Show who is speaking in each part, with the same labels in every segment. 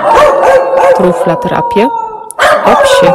Speaker 1: Truflaterapię o psie.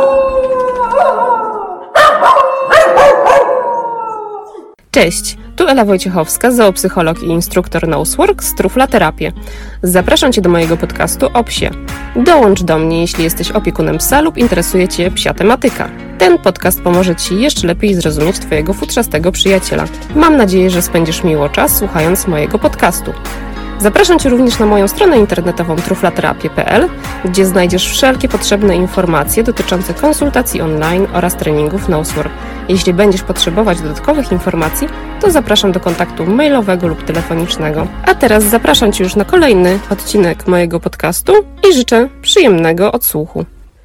Speaker 1: Cześć, tu Ela Wojciechowska, zoopsycholog i instruktor Nosework z Truflaterapię. Zapraszam Cię do mojego podcastu o psie. Dołącz do mnie, jeśli jesteś opiekunem psa lub interesuje Cię psia tematyka. Ten podcast pomoże Ci jeszcze lepiej zrozumieć Twojego futrzastego przyjaciela. Mam nadzieję, że spędzisz miło czas słuchając mojego podcastu. Zapraszam Cię również na moją stronę internetową truflaterapię.pl, gdzie znajdziesz wszelkie potrzebne informacje dotyczące konsultacji online oraz treningów Nosework. Jeśli będziesz potrzebować dodatkowych informacji, to zapraszam do kontaktu mailowego lub telefonicznego. A teraz zapraszam Cię już na kolejny odcinek mojego podcastu i życzę przyjemnego odsłuchu.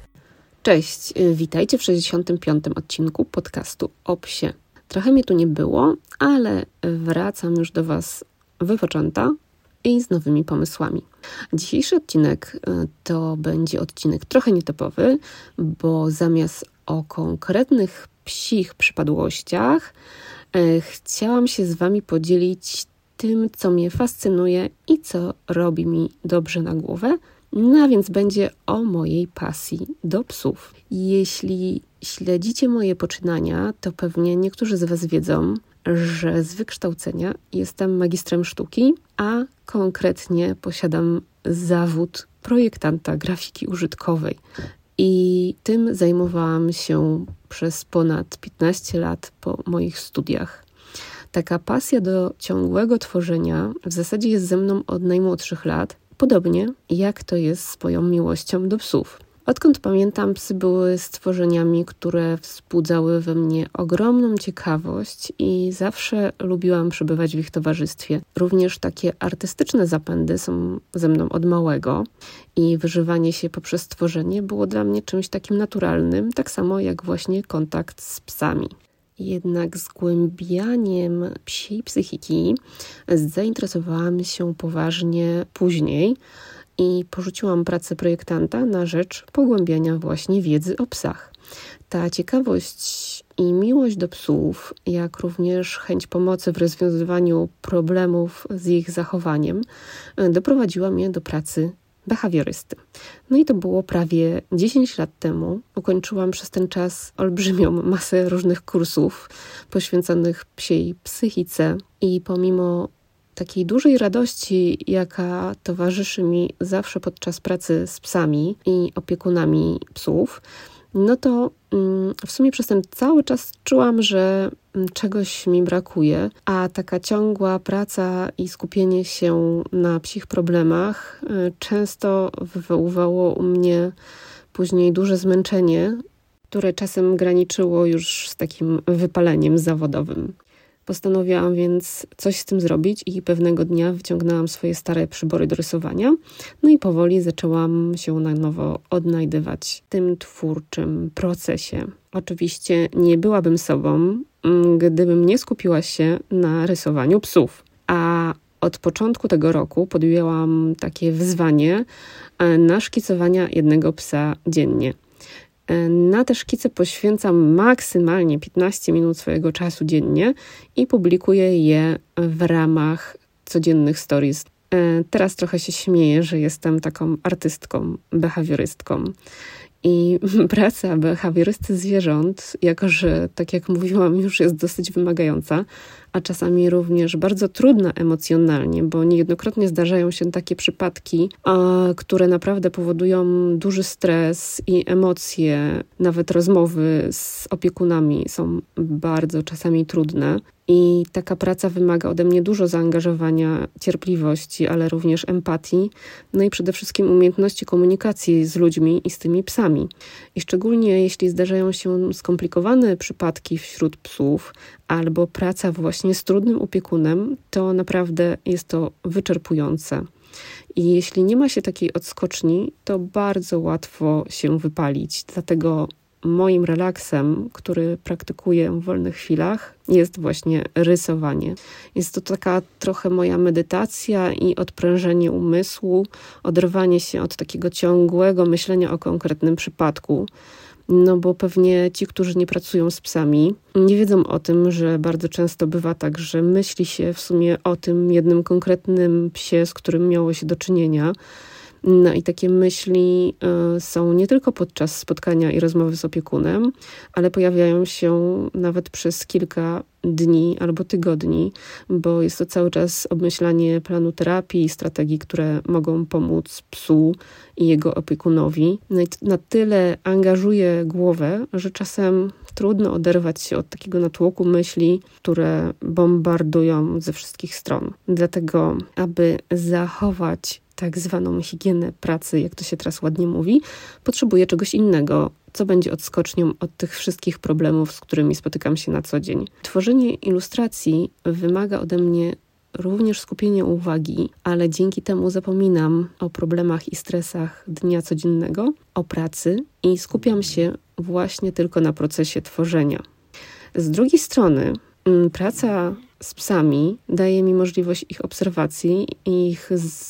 Speaker 1: Cześć, witajcie w 65. odcinku podcastu o psie. Trochę mnie tu nie było, ale wracam już do Was wypoczęta i z nowymi pomysłami. Dzisiejszy odcinek to będzie odcinek trochę nietypowy, bo zamiast o konkretnych psich przypadłościach chciałam się z Wami podzielić tym, co mnie fascynuje i co robi mi dobrze na głowę, no a więc będzie o mojej pasji do psów. Jeśli śledzicie moje poczynania, to pewnie niektórzy z Was wiedzą, że z wykształcenia jestem magistrem sztuki, a konkretnie posiadam zawód projektanta grafiki użytkowej. I tym zajmowałam się przez ponad 15 lat po moich studiach. Taka pasja do ciągłego tworzenia w zasadzie jest ze mną od najmłodszych lat, podobnie jak to jest z moją miłością do psów. Odkąd pamiętam, psy były stworzeniami, które wzbudzały we mnie ogromną ciekawość i zawsze lubiłam przebywać w ich towarzystwie. Również takie artystyczne zapędy są ze mną od małego i wyżywanie się poprzez tworzenie było dla mnie czymś takim naturalnym, tak samo jak właśnie kontakt z psami. Jednak zgłębianiem psiej psychiki zainteresowałam się poważnie później i porzuciłam pracę projektanta na rzecz pogłębiania właśnie wiedzy o psach. Ta ciekawość i miłość do psów, jak również chęć pomocy w rozwiązywaniu problemów z ich zachowaniem, doprowadziła mnie do pracy behawiorysty. No i to było prawie 10 lat temu. Ukończyłam przez ten czas olbrzymią masę różnych kursów poświęconych psiej psychice i pomimo takiej dużej radości, jaka towarzyszy mi zawsze podczas pracy z psami i opiekunami psów, no to w sumie przez ten cały czas czułam, że czegoś mi brakuje, a taka ciągła praca i skupienie się na psich problemach często wywoływało u mnie później duże zmęczenie, które czasem graniczyło już z takim wypaleniem zawodowym. Postanowiłam więc coś z tym zrobić i pewnego dnia wyciągnęłam swoje stare przybory do rysowania. No i powoli zaczęłam się na nowo odnajdywać w tym twórczym procesie. Oczywiście nie byłabym sobą, gdybym nie skupiła się na rysowaniu psów. A od początku tego roku podjęłam takie wyzwanie naszkicowania jednego psa dziennie. Na te szkice poświęcam maksymalnie 15 minut swojego czasu dziennie i publikuję je w ramach codziennych stories. Teraz trochę się śmieję, że jestem taką artystką, behawiorystką. I praca behawiorysty zwierząt, jako że, tak jak mówiłam, już jest dosyć wymagająca, a czasami również bardzo trudna emocjonalnie, bo niejednokrotnie zdarzają się takie przypadki, które naprawdę powodują duży stres i emocje. Nawet rozmowy z opiekunami są bardzo czasami trudne. I taka praca wymaga ode mnie dużo zaangażowania, cierpliwości, ale również empatii, no i przede wszystkim umiejętności komunikacji z ludźmi i z tymi psami. I szczególnie jeśli zdarzają się skomplikowane przypadki wśród psów albo praca właśnie z trudnym opiekunem, to naprawdę jest to wyczerpujące. I jeśli nie ma się takiej odskoczni, to bardzo łatwo się wypalić. Dlatego moim relaksem, który praktykuję w wolnych chwilach, jest właśnie rysowanie. Jest to taka trochę moja medytacja i odprężenie umysłu, oderwanie się od takiego ciągłego myślenia o konkretnym przypadku. No bo pewnie ci, którzy nie pracują z psami, nie wiedzą o tym, że bardzo często bywa tak, że myśli się w sumie o tym jednym konkretnym psie, z którym miało się do czynienia, No i takie myśli są nie tylko podczas spotkania i rozmowy z opiekunem, ale pojawiają się nawet przez kilka dni albo tygodni, bo jest to cały czas obmyślanie planu terapii i strategii, które mogą pomóc psu i jego opiekunowi. No i na tyle angażuje głowę, że czasem trudno oderwać się od takiego natłoku myśli, które bombardują ze wszystkich stron. Dlatego, aby zachować tak zwaną higienę pracy, jak to się teraz ładnie mówi, potrzebuję czegoś innego, co będzie odskocznią od tych wszystkich problemów, z którymi spotykam się na co dzień. Tworzenie ilustracji wymaga ode mnie również skupienia uwagi, ale dzięki temu zapominam o problemach i stresach dnia codziennego, o pracy i skupiam się właśnie tylko na procesie tworzenia. Z drugiej strony praca z psami daje mi możliwość ich obserwacji, ich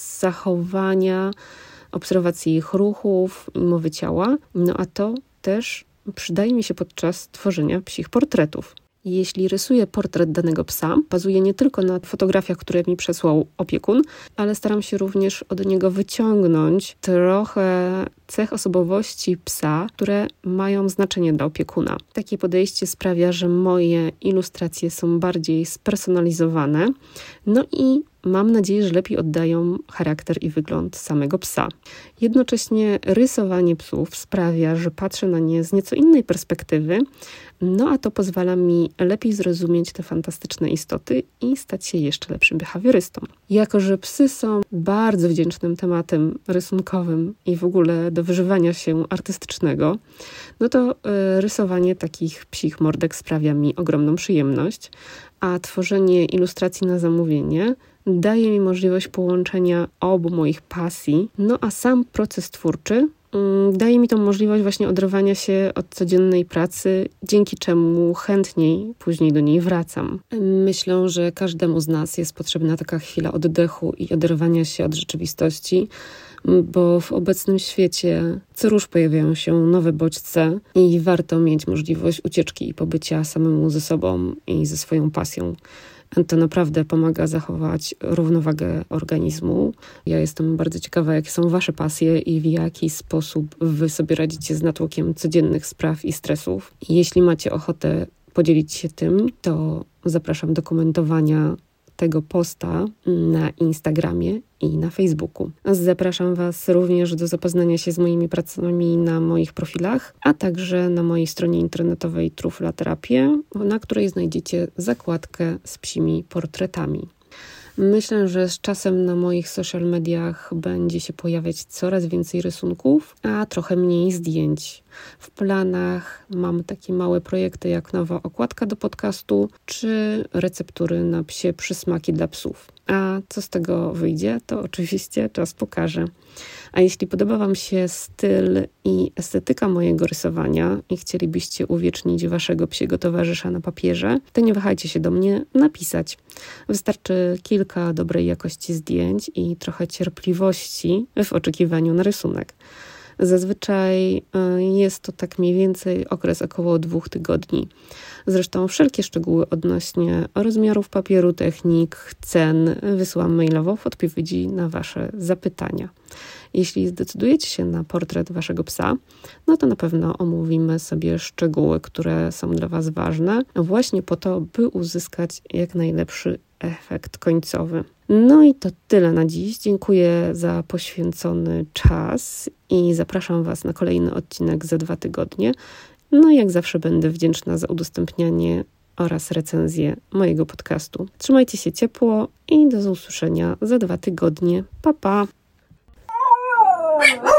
Speaker 1: zachowania, obserwacji ich ruchów i mowy ciała, no a to też przydaje mi się podczas tworzenia psich portretów. Jeśli rysuję portret danego psa, bazuję nie tylko na fotografiach, które mi przesłał opiekun, ale staram się również od niego wyciągnąć trochę cech osobowości psa, które mają znaczenie dla opiekuna. Takie podejście sprawia, że moje ilustracje są bardziej spersonalizowane, no i mam nadzieję, że lepiej oddają charakter i wygląd samego psa. Jednocześnie rysowanie psów sprawia, że patrzę na nie z nieco innej perspektywy, no a to pozwala mi lepiej zrozumieć te fantastyczne istoty i stać się jeszcze lepszym behawiorystą. Jako że psy są bardzo wdzięcznym tematem rysunkowym i w ogóle do wyżywania się artystycznego, no to rysowanie takich psich mordek sprawia mi ogromną przyjemność, a tworzenie ilustracji na zamówienie daje mi możliwość połączenia obu moich pasji, no a sam proces twórczy daje mi tą możliwość właśnie oderwania się od codziennej pracy, dzięki czemu chętniej później do niej wracam. Myślę, że każdemu z nas jest potrzebna taka chwila oddechu i oderwania się od rzeczywistości, bo w obecnym świecie co rusz pojawiają się nowe bodźce i warto mieć możliwość ucieczki i pobycia samemu ze sobą i ze swoją pasją. To naprawdę pomaga zachować równowagę organizmu. Ja jestem bardzo ciekawa, jakie są Wasze pasje i w jaki sposób Wy sobie radzicie z natłokiem codziennych spraw i stresów. Jeśli macie ochotę podzielić się tym, to zapraszam do komentowania tego posta na Instagramie i na Facebooku. Zapraszam Was również do zapoznania się z moimi pracami na moich profilach, a także na mojej stronie internetowej Trufla Terapię, na której znajdziecie zakładkę z psimi portretami. Myślę, że z czasem na moich social mediach będzie się pojawiać coraz więcej rysunków, a trochę mniej zdjęć. W planach mam takie małe projekty jak nowa okładka do podcastu, czy receptury na psie przysmaki dla psów. A co z tego wyjdzie, to oczywiście czas pokaże. A jeśli podoba Wam się styl i estetyka mojego rysowania i chcielibyście uwiecznić Waszego psiego towarzysza na papierze, to nie wahajcie się do mnie napisać. Wystarczy kilka dobrej jakości zdjęć i trochę cierpliwości w oczekiwaniu na rysunek. Zazwyczaj jest to tak mniej więcej okres około 2 tygodni. Zresztą wszelkie szczegóły odnośnie rozmiarów papieru, technik, cen wysyłam mailowo w odpowiedzi na Wasze zapytania. Jeśli zdecydujecie się na portret Waszego psa, no to na pewno omówimy sobie szczegóły, które są dla Was ważne, właśnie po to, by uzyskać jak najlepszy efekt końcowy. No i to tyle na dziś. Dziękuję za poświęcony czas i zapraszam Was na kolejny odcinek za 2 tygodnie. No i jak zawsze będę wdzięczna za udostępnianie oraz recenzję mojego podcastu. Trzymajcie się ciepło i do usłyszenia za 2 tygodnie. Pa, pa!